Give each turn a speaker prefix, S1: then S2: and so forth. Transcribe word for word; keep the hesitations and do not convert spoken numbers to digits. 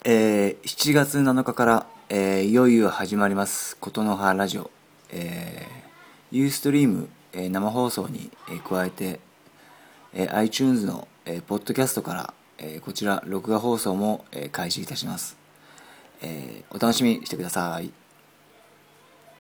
S1: えー、しちがつなのかから、えーいよいよ始まりますことの葉ラジオ、えー、ユーストリーム、えー生放送に、えー加えて、えー iTunes の、えーポッドキャストから、えーこちら録画放送も、えー開始いたします。えーお楽しみにしてください。